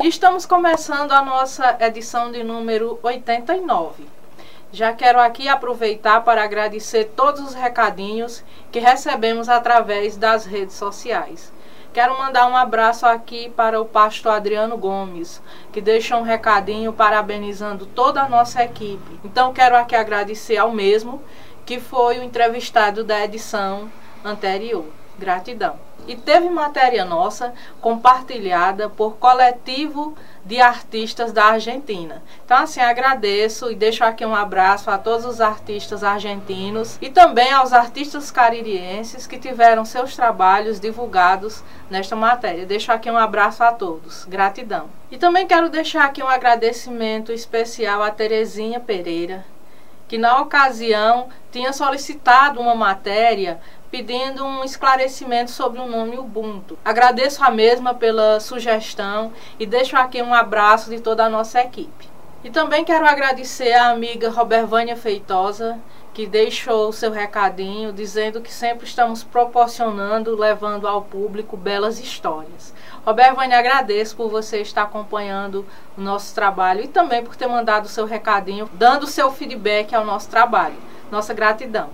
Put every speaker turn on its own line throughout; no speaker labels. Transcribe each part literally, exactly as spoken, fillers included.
Estamos começando a nossa edição de número oitenta e nove. Já quero aqui aproveitar para agradecer todos os recadinhos que recebemos através das redes sociais. Quero mandar um abraço aqui para o pastor Adriano Gomes, que deixou um recadinho parabenizando toda a nossa equipe. Então quero aqui agradecer ao mesmo, que foi o entrevistado da edição anterior. Gratidão. E teve matéria nossa compartilhada por coletivo de artistas da Argentina. Então assim, agradeço e deixo aqui um abraço a todos os artistas argentinos e também aos artistas caririenses que tiveram seus trabalhos divulgados nesta matéria. Deixo aqui um abraço a todos. Gratidão. E também quero deixar aqui um agradecimento especial a Terezinha Pereira, que na ocasião tinha solicitado uma matéria pedindo um esclarecimento sobre o nome Ubuntu. Agradeço a mesma pela sugestão e deixo aqui um abraço de toda a nossa equipe. E também quero agradecer à amiga Robervânia Feitosa, que deixou o seu recadinho dizendo que sempre estamos proporcionando, levando ao público belas histórias. Robervânia, agradeço por você estar acompanhando o nosso trabalho e também por ter mandado o seu recadinho, dando o seu feedback ao nosso trabalho. Nossa gratidão.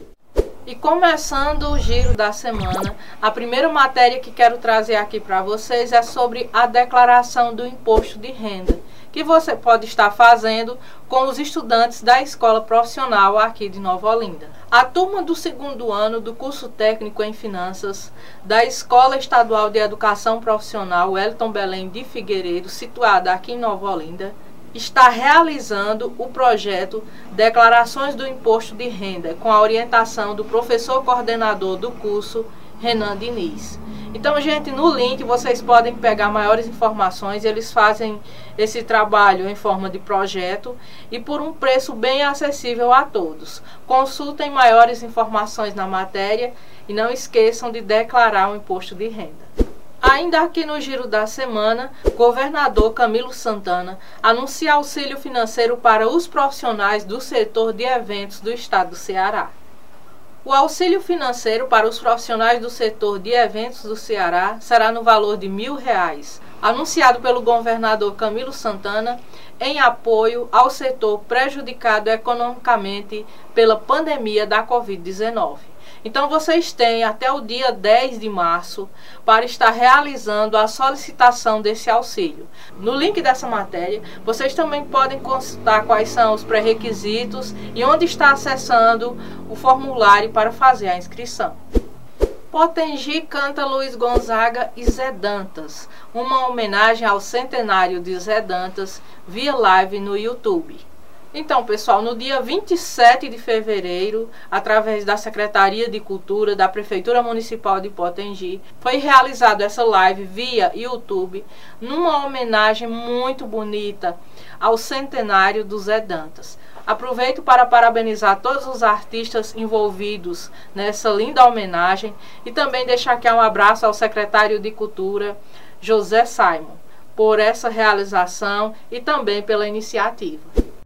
E começando o giro da semana, a primeira matéria que quero trazer aqui para vocês é sobre a declaração do imposto de renda, que você pode estar fazendo com os estudantes da escola profissional aqui de Nova Olinda. A turma do segundo ano do curso técnico em finanças da Escola Estadual de Educação Profissional Wellington Belém de Figueiredo, situada aqui em Nova Olinda, está realizando o projeto Declarações do Imposto de Renda, com a orientação do professor coordenador do curso, Renan Diniz. Então, gente, no link vocês podem pegar maiores informações. Eles fazem esse trabalho em forma de projeto e por um preço bem acessível a todos. Consultem maiores informações na matéria e não esqueçam de declarar o imposto de renda. Ainda aqui no giro da semana, o governador Camilo Santana anuncia auxílio financeiro para os profissionais do setor de eventos do estado do Ceará. O auxílio financeiro para os profissionais do setor de eventos do Ceará será no valor de mil reais, anunciado pelo governador Camilo Santana em apoio ao setor prejudicado economicamente pela pandemia da covid dezenove. Então vocês têm até o dia dez de março para estar realizando a solicitação desse auxílio. No link dessa matéria, vocês também podem consultar quais são os pré-requisitos e onde está acessando o formulário para fazer a inscrição. Potengi canta Luiz Gonzaga e Zé Dantas, uma homenagem ao centenário de Zé Dantas via live no YouTube. Então, pessoal, no dia vinte e sete de fevereiro, através da Secretaria de Cultura da Prefeitura Municipal de Potengi, foi realizada essa live via YouTube, numa homenagem muito bonita ao centenário do Zé Dantas. Aproveito para parabenizar todos os artistas envolvidos nessa linda homenagem e também deixar aqui um abraço ao secretário de Cultura, José Simon, por essa realização e também pela iniciativa.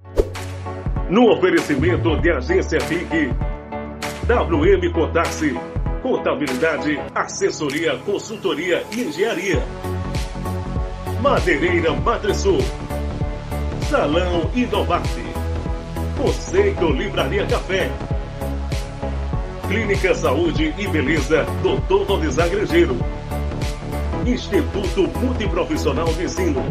No oferecimento de Agência F I C, W M Contaxi, Contabilidade, Assessoria, Consultoria e Engenharia. Madeireira Madresul, Salão Inovarte, Conceito Livraria Café, Clínica Saúde e Beleza, doutor Valdizar Grangeiro, Instituto Multiprofissional de Ensino,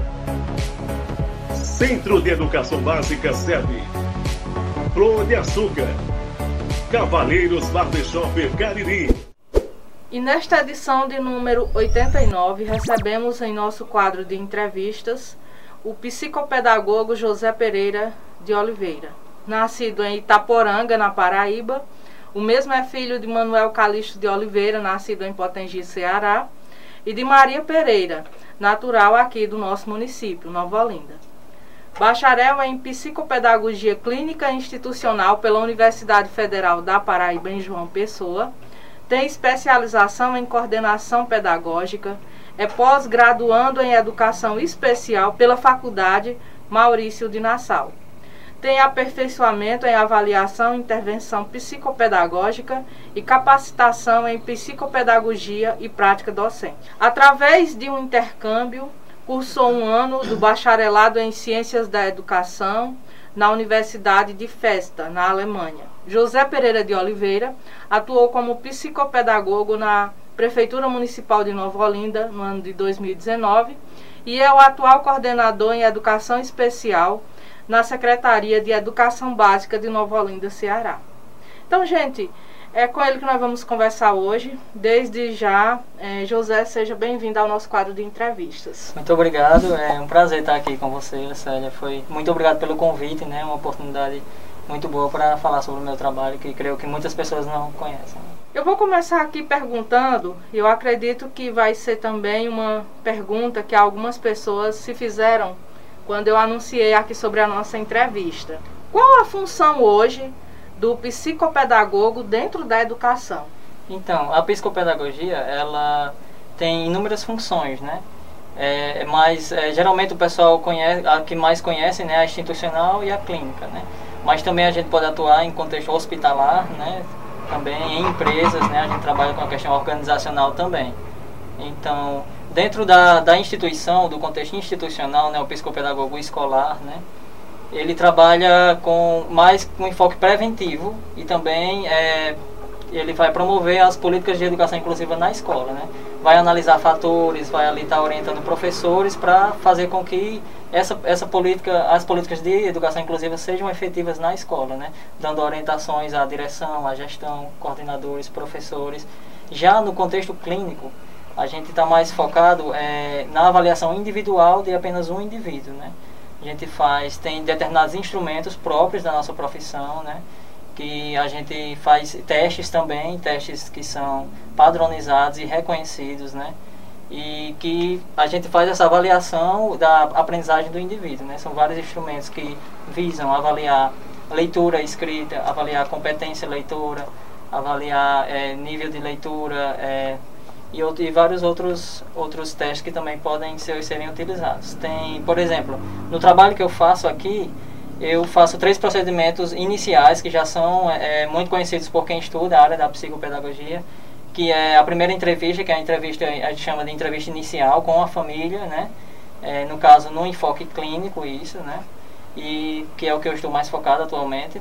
Centro de Educação Básica S E B, Flor de Açúcar, Cavaleiros Barbershop Cariri.
E nesta edição de número oitenta e nove, recebemos em nosso quadro de entrevistas o psicopedagogo José Pereira de Oliveira. Nascido em Itaporanga, na Paraíba, o mesmo é filho de Manuel Calixto de Oliveira, nascido em Potengi, Ceará, e de Maria Pereira, natural aqui do nosso município, Nova Olinda. Bacharel em Psicopedagogia Clínica Institucional pela Universidade Federal da Paraíba, em João Pessoa. Tem especialização em Coordenação Pedagógica. É pós-graduando em Educação Especial pela Faculdade Maurício de Nassau. Tem aperfeiçoamento em Avaliação e Intervenção Psicopedagógica e capacitação em Psicopedagogia e Prática Docente. Através de um intercâmbio cursou um ano do bacharelado em Ciências da Educação na Universidade de Festa, na Alemanha. José Pereira de Oliveira atuou como psicopedagogo na Prefeitura Municipal de Nova Olinda no ano de dois mil e dezenove e é o atual coordenador em Educação Especial na Secretaria de Educação Básica de Nova Olinda, Ceará. Então, gente, é com ele que nós vamos conversar hoje. Desde já, é, José, seja bem-vindo ao nosso quadro de entrevistas.
Muito obrigado, é um prazer estar aqui com você, Célia. Foi muito obrigado pelo convite, né? Uma oportunidade muito boa para falar sobre o meu trabalho, que creio que muitas pessoas não conhecem.
Eu vou começar aqui perguntando, e eu acredito que vai ser também uma pergunta que algumas pessoas se fizeram quando eu anunciei aqui sobre a nossa entrevista. Qual a função hoje do psicopedagogo dentro da educação?
Então, a psicopedagogia, ela tem inúmeras funções, né? É, mas é, geralmente o pessoal conhece, a que mais conhece, né, a institucional e a clínica, né? Mas também a gente pode atuar em contexto hospitalar, né? Também em empresas, né? A gente trabalha com a questão organizacional também. Então, dentro da, da instituição, do contexto institucional, né, o psicopedagogo escolar, né, ele trabalha com mais com enfoque preventivo e também é, ele vai promover as políticas de educação inclusiva na escola, né? Vai analisar fatores, vai ali estar orientando professores para fazer com que essa, essa política, as políticas de educação inclusiva sejam efetivas na escola, né? Dando orientações à direção, à gestão, coordenadores, professores. Já no contexto clínico, a gente está mais focado é, na avaliação individual de apenas um indivíduo, né? A gente faz, tem determinados instrumentos próprios da nossa profissão, né? Que a gente faz testes também, testes que são padronizados e reconhecidos, né? E que a gente faz essa avaliação da aprendizagem do indivíduo, né? São vários instrumentos que visam avaliar leitura, escrita, avaliar competência leitora, avaliar é, nível de leitura, é, E, outro, e vários outros, outros testes que também podem ser, serem utilizados. Tem, por exemplo, no trabalho que eu faço aqui, eu faço três procedimentos iniciais que já são é, muito conhecidos por quem estuda a área da psicopedagogia, que é a primeira entrevista, que é a entrevista, a gente chama de entrevista inicial com a família, né? É, no caso, no enfoque clínico, isso, né? E que é o que eu estou mais focado atualmente.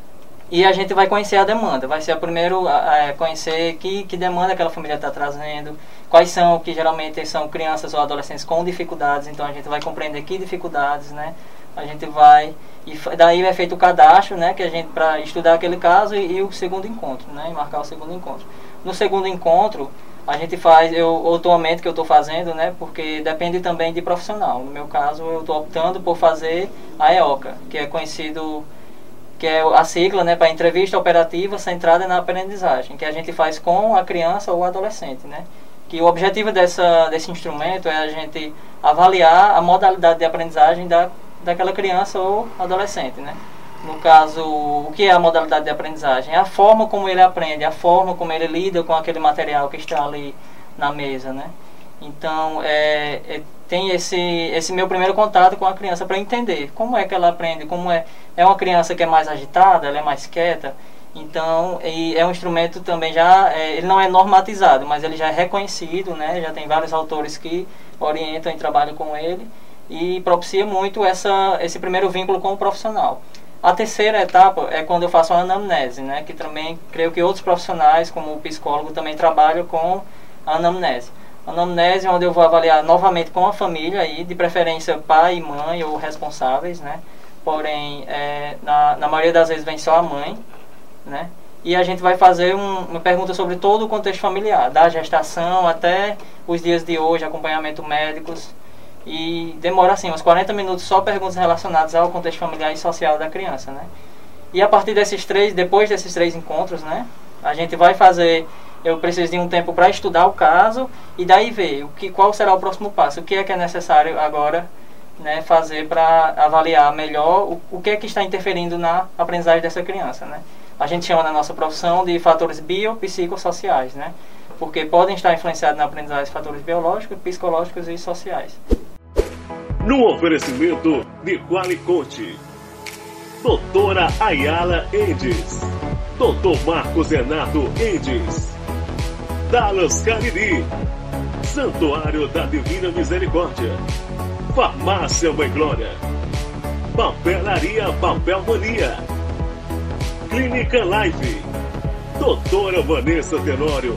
E a gente vai conhecer a demanda, vai ser a primeiro a, a conhecer que, que demanda aquela família está trazendo, quais são, que geralmente são crianças ou adolescentes com dificuldades, então a gente vai compreender que dificuldades, né? A gente vai, e daí é feito o cadastro, né? Que a gente, para estudar aquele caso e, e o segundo encontro, né? E marcar o segundo encontro. No segundo encontro, a gente faz, eu atualmente que eu estou fazendo, né? Porque depende também de profissional. No meu caso, eu estou optando por fazer a EOCA, que é conhecido... que é a sigla, né, para entrevista operativa centrada na aprendizagem, que a gente faz com a criança ou adolescente, né? Que o objetivo dessa, desse instrumento é a gente avaliar a modalidade de aprendizagem da, daquela criança ou adolescente, né? No caso, o que é a modalidade de aprendizagem? É a forma como ele aprende, a forma como ele lida com aquele material que está ali na mesa, né? Então, é, é, tem esse, esse meu primeiro contato com a criança para entender como é que ela aprende, como é... É uma criança que é mais agitada, ela é mais quieta, então e é um instrumento também já... É, ele não é normatizado, mas ele já é reconhecido, né? Já tem vários autores que orientam e trabalham com ele e propicia muito essa, esse primeiro vínculo com o profissional. A terceira etapa é quando eu faço a anamnese, né? Que também creio que outros profissionais, como o psicólogo, também trabalham com a anamnese. A anamnese é onde eu vou avaliar novamente com a família, aí, de preferência pai e mãe ou responsáveis, né? Porém, é, na, na maioria das vezes vem só a mãe, né? E a gente vai fazer um, uma pergunta sobre todo o contexto familiar, da gestação até os dias de hoje, acompanhamento médicos. E demora assim uns quarenta minutos só perguntas relacionadas ao contexto familiar e social da criança, né? E a partir desses três, depois desses três encontros, né? A gente vai fazer... Eu preciso de um tempo para estudar o caso e daí ver o que, qual será o próximo passo, o que é que é necessário agora, né, fazer para avaliar melhor o, o que é que está interferindo na aprendizagem dessa criança, né? A gente chama na nossa profissão de fatores biopsicossociais, né? Porque podem estar influenciados na aprendizagem fatores biológicos, psicológicos e sociais.
No oferecimento de Qualiconte, doutora Ayala Endes, doutor Marcos Renato Endes, Dallas Cariri, Santuário da Divina Misericórdia, Farmácia Mãe Glória, Papelaria Papel Mania, Clínica Live, Doutora Vanessa Tenório,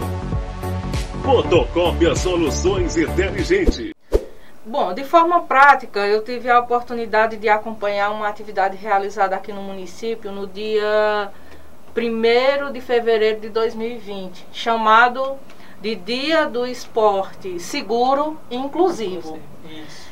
Fotocópia Soluções Inteligentes.
Bom, de forma prática, eu tive a oportunidade de acompanhar uma atividade realizada aqui no município no dia primeiro de fevereiro de dois mil e vinte, chamado de Dia do Esporte Seguro e Inclusivo.
Isso.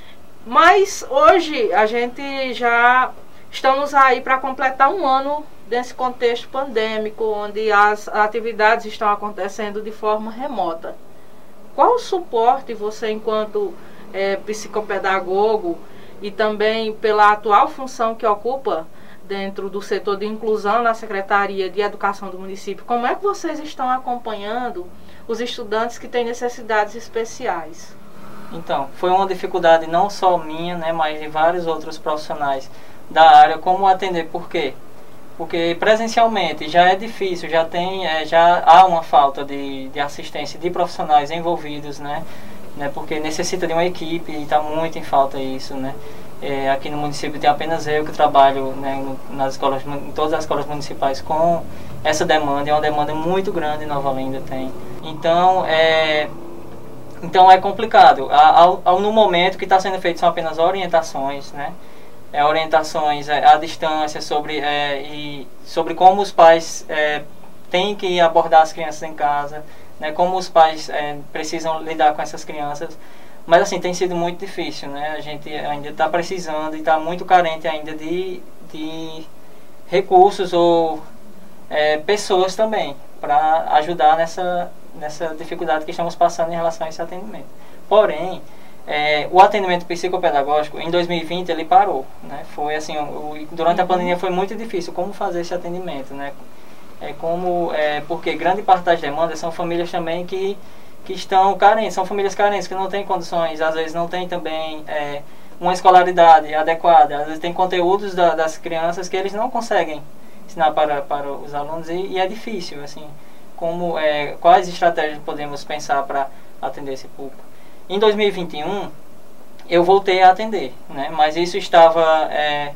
Mas hoje a gente já estamos aí para completar um ano desse contexto pandêmico, onde as atividades estão acontecendo de forma remota. Qual o suporte você, enquanto é, psicopedagogo, e também pela atual função que ocupa dentro do setor de inclusão na Secretaria de Educação do município, como é que vocês estão acompanhando os estudantes que têm necessidades especiais?
Então, foi uma dificuldade não só minha, né, mas de vários outros profissionais da área, como atender. Por quê? Porque presencialmente já é difícil, já tem, é, já há uma falta de, de assistência de profissionais envolvidos, né, né, porque necessita de uma equipe e está muito em falta isso, né. É, aqui no município tem apenas eu que trabalho, né, nas escolas, em todas as escolas municipais com essa demanda, é uma demanda muito grande, Nova Olinda tem. Então, é, então é complicado. Ao, ao, no momento que está sendo feito são apenas orientações, né, é, orientações é, à distância sobre, é, e sobre como os pais é, têm que abordar as crianças em casa, né, como os pais é, precisam lidar com essas crianças. Mas assim, tem sido muito difícil, né? A gente ainda está precisando e está muito carente ainda de, de recursos ou é, pessoas também para ajudar nessa, nessa dificuldade que estamos passando em relação a esse atendimento. Porém, é, o atendimento psicopedagógico em dois mil e vinte ele parou, né? Foi assim, o, durante a pandemia foi muito difícil como fazer esse atendimento, né? É como, é, porque grande parte das demandas são famílias também que que estão carentes, são famílias carentes, que não têm condições, às vezes não tem também é, uma escolaridade adequada, às vezes tem conteúdos da, das crianças que eles não conseguem ensinar para, para os alunos e, e é difícil, assim, como, é, quais estratégias podemos pensar para atender esse público. Em dois mil e vinte e um, eu voltei a atender, né, mas isso estava, é,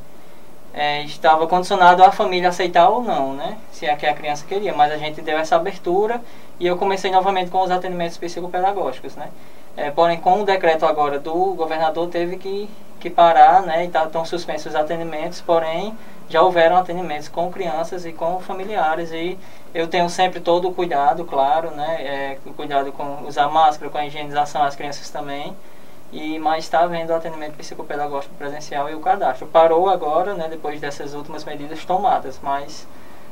é, estava condicionado à família aceitar ou não, né, se é que a criança queria, mas a gente deu essa abertura e eu comecei novamente com os atendimentos psicopedagógicos, né? É, porém, com o decreto agora do governador, teve que, que parar, né? E estão tá, suspensos os atendimentos, porém, já houveram atendimentos com crianças e com familiares. E eu tenho sempre todo o cuidado, claro, né? É, o cuidado com usar máscara, com a higienização, as crianças também. E, mas está havendo o atendimento psicopedagógico presencial e o cadastro. Parou agora, né? Depois dessas últimas medidas tomadas, mas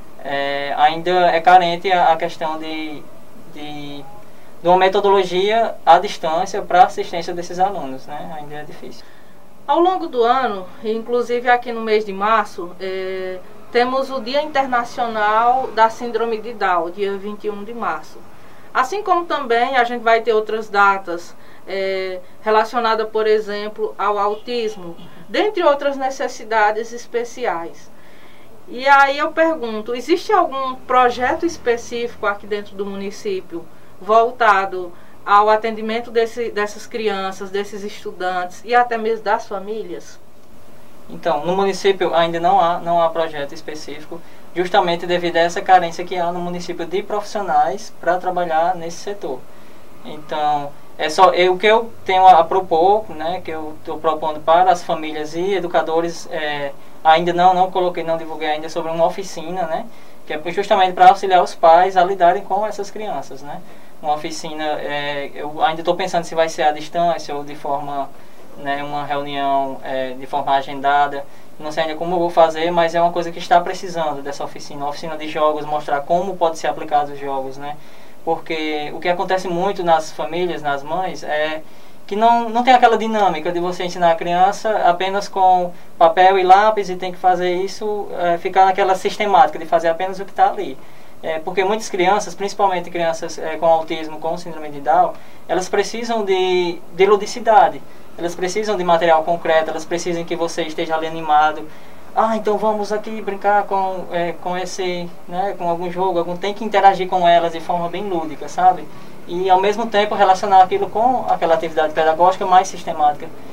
é, ainda é carente a, a questão de... De, de uma metodologia à distância para assistência desses alunos, né? Ainda é difícil.
Ao longo do ano, inclusive aqui no mês de março, é, temos o Dia Internacional da Síndrome de Down, dia vinte e um de março. Assim como também a gente vai ter outras datas é, relacionadas, por exemplo, ao autismo, dentre outras necessidades especiais. E aí eu pergunto, existe algum projeto específico aqui dentro do município voltado ao atendimento desse, dessas crianças, desses estudantes e até mesmo das famílias?
Então, no município ainda não há, não há projeto específico, justamente devido a essa carência que há no município de profissionais para trabalhar nesse setor. Então, é só eu, o que eu tenho a propor, né, que eu estou propondo para as famílias e educadores, é, ainda não, não coloquei, não divulguei ainda sobre uma oficina, né, que é justamente para auxiliar os pais a lidarem com essas crianças, né. Uma oficina, é, eu ainda estou pensando se vai ser à distância ou de forma, né, uma reunião é, de forma agendada. Não sei ainda como eu vou fazer, mas é uma coisa que está precisando dessa oficina, uma oficina de jogos, mostrar como pode ser aplicado os jogos, né. Porque o que acontece muito nas famílias, nas mães, é que não, não tem aquela dinâmica de você ensinar a criança apenas com papel e lápis e tem que fazer isso, é, ficar naquela sistemática de fazer apenas o que está ali. É, porque muitas crianças, principalmente crianças é, com autismo, com síndrome de Down, elas precisam de, de ludicidade, elas precisam de material concreto, elas precisam que você esteja ali animado. Ah, então vamos aqui brincar com, é, com esse, né, com algum jogo, algum, tem que interagir com elas de forma bem lúdica, sabe? E ao mesmo tempo relacionar aquilo com aquela atividade pedagógica mais sistemática,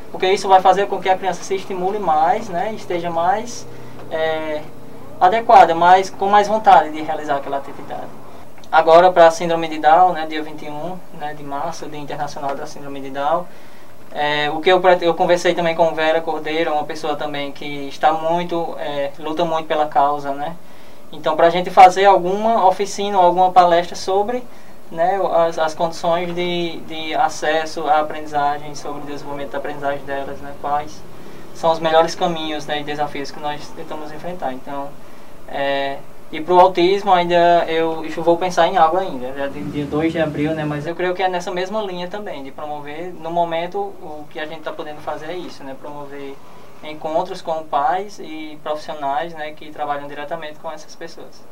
porque isso vai fazer com que a criança se estimule mais, né, esteja mais é, adequada, mais, com mais vontade de realizar aquela atividade. Agora, para a Síndrome de Down, né, dia vinte e um, né, de março, Dia Internacional da Síndrome de Down, é, o que eu, eu conversei também com Vera Cordeiro, uma pessoa também que está muito, é, luta muito pela causa, né? Então, para a gente fazer alguma oficina ou alguma palestra sobre, né, as, as condições de, de acesso à aprendizagem, sobre o desenvolvimento da aprendizagem delas, né, quais são os melhores caminhos, né, e desafios que nós tentamos enfrentar. Então, é, e para o autismo ainda eu, eu vou pensar em algo ainda, já dia dois de abril, né, mas eu creio que é nessa mesma linha também, de promover, no momento o que a gente está podendo fazer é isso, né, promover encontros com pais e profissionais, né, que trabalham diretamente com essas pessoas.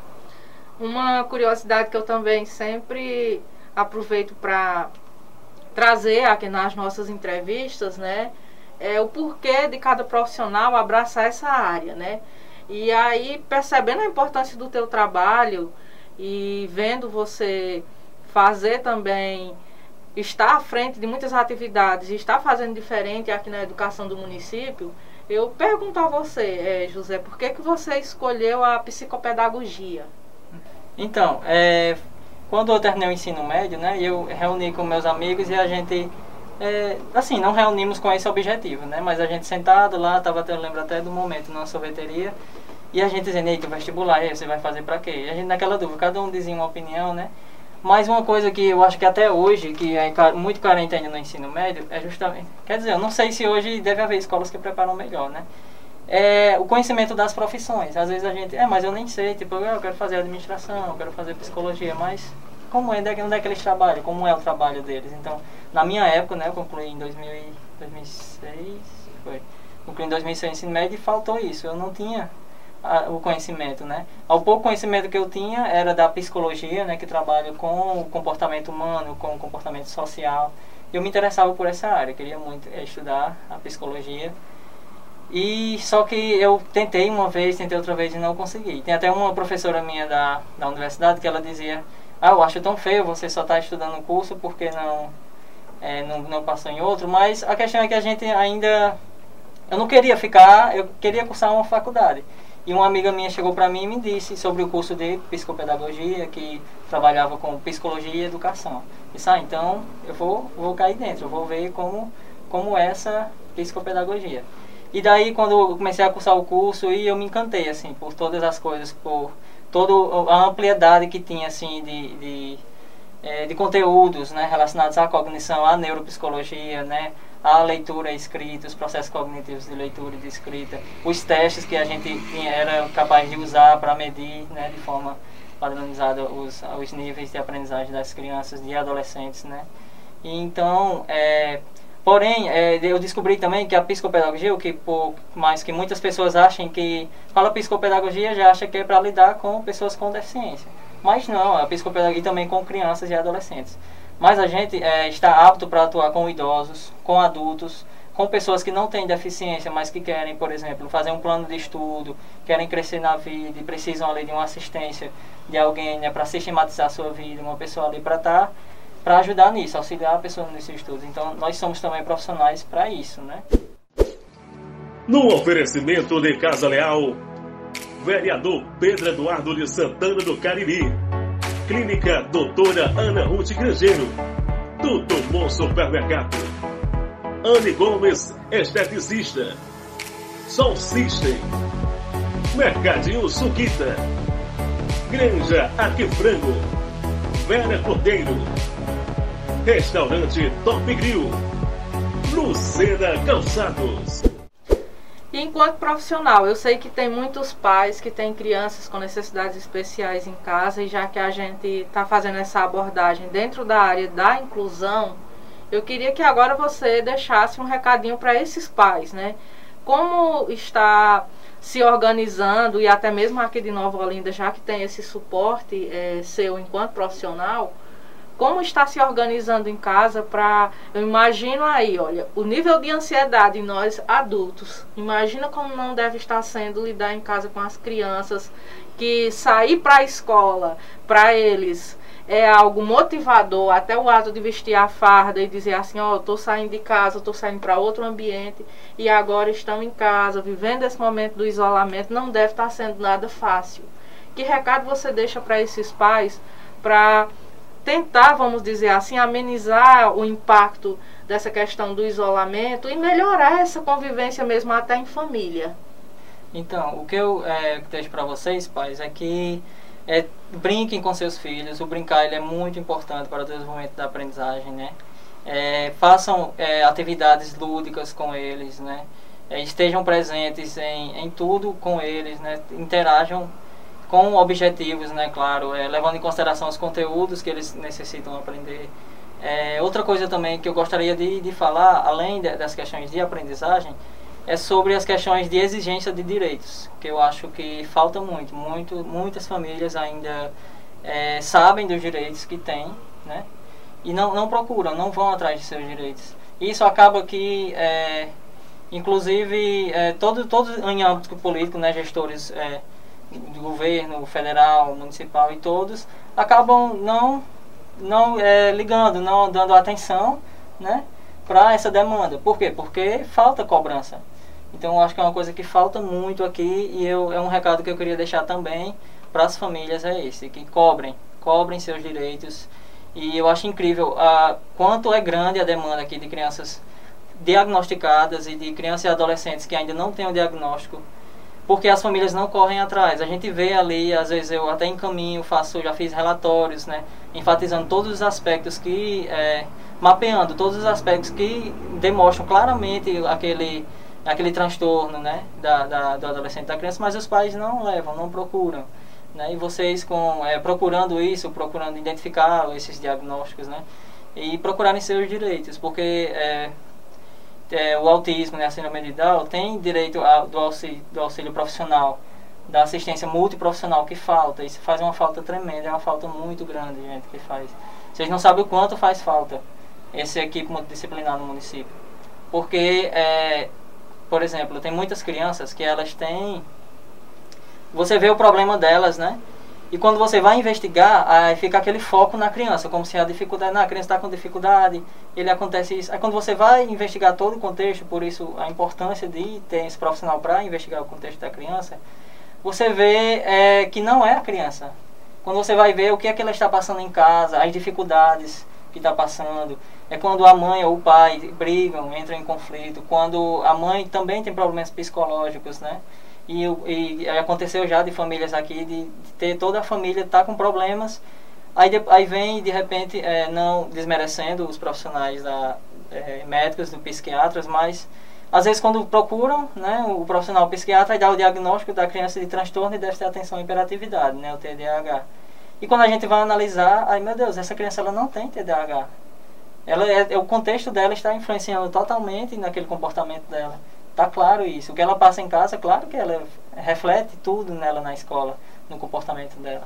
Uma curiosidade que eu também sempre aproveito para trazer aqui nas nossas entrevistas, né, é o porquê de cada profissional abraçar essa área, né? E aí, percebendo a importância do teu trabalho e vendo você fazer também, estar à frente de muitas atividades e estar fazendo diferente aqui na educação do município, eu pergunto a você, é, José, por que que você escolheu a psicopedagogia?
Então, é, quando eu terminei o ensino médio, né, eu reuni com meus amigos e a gente, é, assim, não reunimos com esse objetivo, né, mas a gente sentado lá, tava, eu lembro até do momento, numa sorveteria, e a gente dizendo, eita, vestibular, aí você vai fazer pra quê? E a gente naquela dúvida, cada um dizia uma opinião, né, mas uma coisa que eu acho que até hoje, que é muito carente ainda no ensino médio, é justamente, quer dizer, eu não sei se hoje deve haver escolas que preparam melhor, né, é o conhecimento das profissões. Às vezes a gente, é, mas eu nem sei, tipo, eu quero fazer administração, eu quero fazer psicologia, mas como é, onde é que eles trabalham, como é o trabalho deles? Então, na minha época, né, eu concluí em dois mil e seis, foi, concluí em dois mil e seis o ensino médio e faltou isso, eu não tinha a, o conhecimento, né. O pouco conhecimento que eu tinha era da psicologia, né, que trabalha com o comportamento humano, com o comportamento social. Eu me interessava por essa área, queria muito é, estudar a psicologia. E só que eu tentei uma vez, tentei outra vez e não consegui. Tem até uma professora minha da, da universidade que ela dizia, ah, eu acho tão feio você só estar estudando um curso porque não, é, não, não passou em outro. Mas a questão é que a gente ainda, eu não queria ficar, eu queria cursar uma faculdade. E uma amiga minha chegou para mim e me disse sobre o curso de psicopedagogia, que trabalhava com psicologia e educação. E disse, ah, então eu vou, vou cair dentro, eu vou ver como, como é essa psicopedagogia. E daí, quando eu comecei a cursar o curso, e eu me encantei, assim, por todas as coisas, por toda a ampliedade que tinha, assim, de, de, é, de conteúdos, né, relacionados à cognição, à neuropsicologia, né, à leitura e escrita, os processos cognitivos de leitura e de escrita, os testes que a gente tinha, era capaz de usar para medir, né, de forma padronizada os, os níveis de aprendizagem das crianças e adolescentes, né. E então, é... Porém, é, eu descobri também que a psicopedagogia, o que por mais que muitas pessoas achem que fala psicopedagogia, já acha que é para lidar com pessoas com deficiência. Mas não, a psicopedagogia também com crianças e adolescentes. Mas a gente é, está apto para atuar com idosos, com adultos, com pessoas que não têm deficiência, mas que querem, por exemplo, fazer um plano de estudo, querem crescer na vida e precisam ali de uma assistência de alguém, né, para sistematizar a sua vida, uma pessoa ali para estar... para ajudar nisso, auxiliar a pessoa nesses estudos. Então, nós somos também profissionais para isso, né?
No oferecimento de Casa Leal, vereador Pedro Eduardo de Santana do Cariri, Clínica Doutora Ana Ruth Grangeiro, Tudo Bom Supermercado, Anne Gomes, esteticista, Sol System, Mercadinho Suquita, Granja Aqui Frango, Vera Cordeiro, Restaurante Top Grill, Lucena Calçados.
E enquanto profissional, eu sei que tem muitos pais que têm crianças com necessidades especiais em casa, e já que a gente está fazendo essa abordagem dentro da área da inclusão, eu queria que agora você deixasse um recadinho para esses pais, né? Como está se organizando, e até mesmo aqui de Nova Olinda, já que tem esse suporte é, seu enquanto profissional, como está se organizando em casa para... Eu imagino aí, olha, o nível de ansiedade em nós adultos. Imagina como não deve estar sendo lidar em casa com as crianças, que sair para a escola, para eles, é algo motivador, até o ato de vestir a farda e dizer assim, ó, oh, estou saindo de casa, estou saindo para outro ambiente e agora estão em casa, vivendo esse momento do isolamento, não deve estar sendo nada fácil. Que recado você deixa para esses pais para tentar, vamos dizer assim, amenizar o impacto dessa questão do isolamento e melhorar essa convivência mesmo até em família?
Então, o que eu é, deixo para vocês, pais, é que É, brinquem com seus filhos. O brincar ele é muito importante para o desenvolvimento da aprendizagem, né? É, façam é, atividades lúdicas com eles, né? É, estejam presentes em, em tudo com eles, né? Interajam com objetivos, né? Claro, é, levando em consideração os conteúdos que eles necessitam aprender. É, outra coisa também que eu gostaria de, de falar, além de, das questões de aprendizagem, é sobre as questões de exigência de direitos, que eu acho que falta muito, muito muitas famílias ainda é, sabem dos direitos que têm, né? E não, não procuram, não vão atrás de seus direitos. Isso acaba que, é, inclusive, é, todo, todos em âmbito político, né, gestores é, do governo federal, municipal e todos, acabam não, não é, ligando, não dando atenção, né, para essa demanda. Por quê? Porque falta cobrança. Então eu acho que é uma coisa que falta muito aqui e eu, é um recado que eu queria deixar também para as famílias, é esse, que cobrem, cobrem seus direitos. E eu acho incrível a, quanto é grande a demanda aqui de crianças diagnosticadas e de crianças e adolescentes que ainda não têm o diagnóstico, porque as famílias não correm atrás. A gente vê ali, às vezes eu até encaminho, faço, já fiz relatórios, né, enfatizando todos os aspectos que, é, mapeando todos os aspectos que demonstram claramente aquele, aquele transtorno, né, da, da, do adolescente, da criança, mas os pais não levam, não procuram. Né, e vocês com, é, procurando isso, procurando identificar esses diagnósticos, né, e procurarem seus direitos, porque é, é, o autismo, né, a síndrome de Down, tem direito a, do, auxílio, do auxílio profissional, da assistência multiprofissional que falta. Isso faz uma falta tremenda, é uma falta muito grande, gente, que faz. Vocês não sabem o quanto faz falta essa equipe multidisciplinar no município. Porque, é, por exemplo, tem muitas crianças que elas têm... Você vê o problema delas, né? E quando você vai investigar, aí fica aquele foco na criança, como se a dificuldade... Não, a criança está com dificuldade, ele acontece isso. Aí quando você vai investigar todo o contexto, por isso a importância de ter esse profissional para investigar o contexto da criança, você vê é, que não é a criança. Quando você vai ver o que é que ela está passando em casa, as dificuldades que está passando, é quando a mãe ou o pai brigam, entram em conflito, quando a mãe também tem problemas psicológicos, né? E, e aconteceu já de famílias aqui, de, de ter toda a família estar tá com problemas, aí, de, aí vem de repente, é, não desmerecendo os profissionais da, é, médicos, do psiquiatras, mas às vezes quando procuram, né, o profissional psiquiatra e dá o diagnóstico da criança de transtorno de déficit de atenção e hiperatividade, né, o T D A H. E quando a gente vai analisar, ai meu Deus, essa criança ela não tem T D A H. Ela é, o contexto dela está influenciando totalmente naquele comportamento dela. Tá claro isso. O que ela passa em casa, claro que ela reflete tudo nela na escola, no comportamento dela.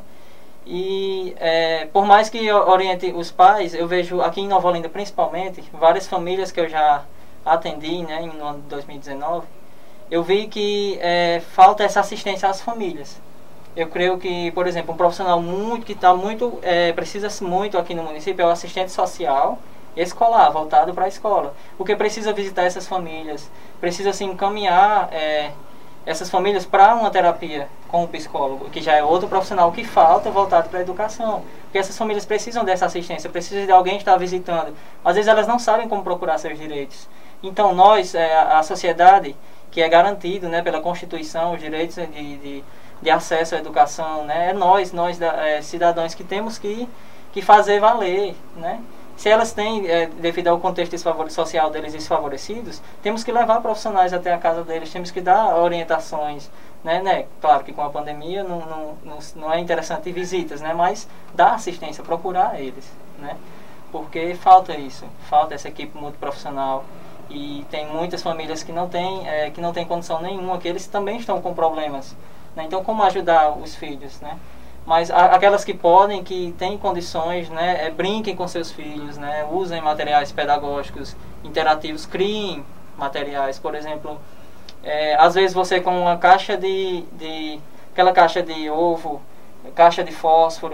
E é, por mais que eu oriente os pais, eu vejo aqui em Nova Olinda principalmente, várias famílias que eu já atendi, né, no ano de dois mil e dezenove, eu vi que é, falta essa assistência às famílias. Eu creio que, por exemplo, um profissional muito, que tá muito, é, precisa muito aqui no município é o assistente social escolar, voltado para a escola, porque precisa visitar essas famílias, precisa se encaminhar é, essas famílias para uma terapia com o psicólogo, que já é outro profissional que falta voltado para a educação, porque essas famílias precisam dessa assistência, precisam de alguém estar visitando, às vezes elas não sabem como procurar seus direitos. Então nós, é, a sociedade, que é garantido, né, pela Constituição, os direitos de, de, de acesso à educação, né, é nós, nós é, cidadãos que temos que, que fazer valer, né. Se elas têm, é, devido ao contexto social deles desfavorecidos, temos que levar profissionais até a casa deles, temos que dar orientações, né, né? Claro que com a pandemia não, não, não, não é interessante visitas, né, mas dar assistência, procurar eles, né, porque falta isso, falta essa equipe multiprofissional e tem muitas famílias que não têm, é, que não têm condição nenhuma, que eles também estão com problemas, né, então como ajudar os filhos, né? Mas aquelas que podem, que têm condições, né, é, brinquem com seus filhos, né, usem materiais pedagógicos interativos, criem materiais. Por exemplo, é, às vezes você com uma caixa de, de... aquela caixa de ovo, caixa de fósforo,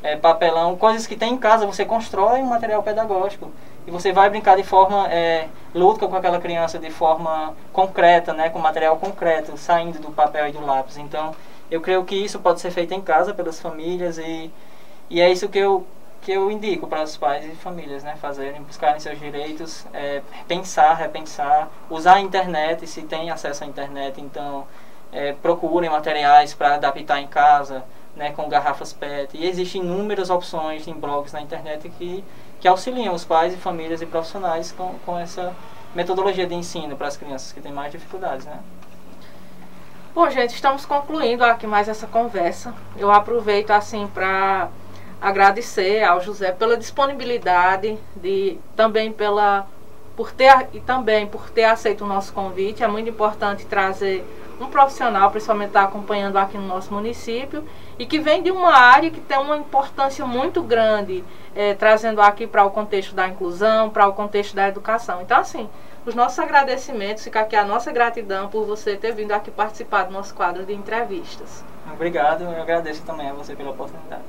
é, papelão, coisas que tem em casa, você constrói um material pedagógico. E você vai brincar de forma é, lúdica com aquela criança, de forma concreta, né, com material concreto, saindo do papel e do lápis. Então, eu creio que isso pode ser feito em casa pelas famílias e, e é isso que eu, que eu indico para os pais e famílias, né, fazerem, buscarem seus direitos, é, pensar, repensar, usar a internet, se tem acesso à internet, então é, procurem materiais para adaptar em casa, né, com garrafas P E T. E existem inúmeras opções em blogs na internet que, que auxiliam os pais e famílias e profissionais com, com essa metodologia de ensino para as crianças que têm mais dificuldades, né?
Bom, gente, estamos concluindo aqui mais essa conversa. Eu aproveito assim para agradecer ao José pela disponibilidade de também pela por ter e também por ter aceito o nosso convite. É muito importante trazer um profissional, principalmente está acompanhando aqui no nosso município e que vem de uma área que tem uma importância muito grande, é, trazendo aqui para o contexto da inclusão, para o contexto da educação. Então, assim, os nossos agradecimentos, fica aqui a nossa gratidão por você ter vindo aqui participar do nosso quadro de entrevistas.
Obrigado, eu agradeço também a você pela oportunidade.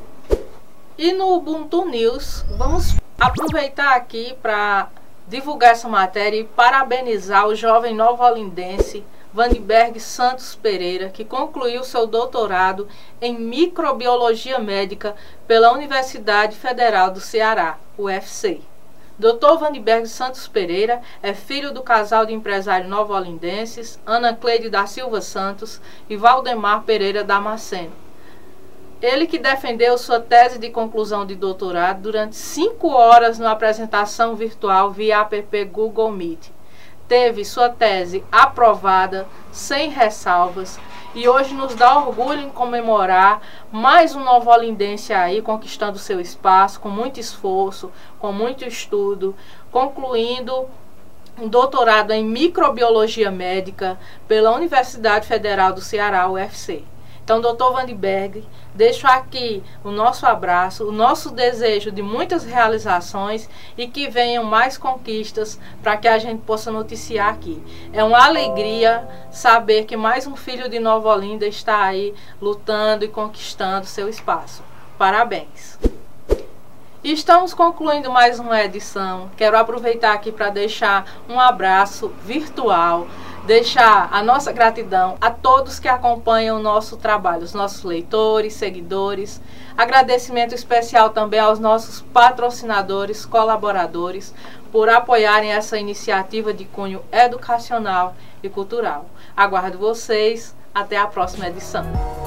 E no Ubuntu News, vamos aproveitar aqui para divulgar essa matéria e parabenizar o jovem novolindense Vandenberg Santos Pereira, que concluiu seu doutorado em microbiologia médica pela Universidade Federal do Ceará, U F C. doutor Vandenberg Santos Pereira é filho do casal de empresários novolindenses Ana Cleide da Silva Santos e Valdemar Pereira Damasceno. Ele que defendeu sua tese de conclusão de doutorado durante cinco horas numa apresentação virtual via app Google Meet. Teve sua tese aprovada sem ressalvas e hoje nos dá orgulho em comemorar mais um novolindense aí conquistando seu espaço com muito esforço, com muito estudo, concluindo um doutorado em microbiologia médica pela Universidade Federal do Ceará, U F C. Então, doutor Vandenberg, deixo aqui o nosso abraço, o nosso desejo de muitas realizações e que venham mais conquistas para que a gente possa noticiar aqui. É uma alegria saber que mais um filho de Nova Olinda está aí lutando e conquistando seu espaço. Parabéns! E estamos concluindo mais uma edição. Quero aproveitar aqui para deixar um abraço virtual, deixar a nossa gratidão a todos que acompanham o nosso trabalho, os nossos leitores, seguidores. Agradecimento especial também aos nossos patrocinadores, colaboradores, por apoiarem essa iniciativa de cunho educacional e cultural. Aguardo vocês. Até a próxima edição.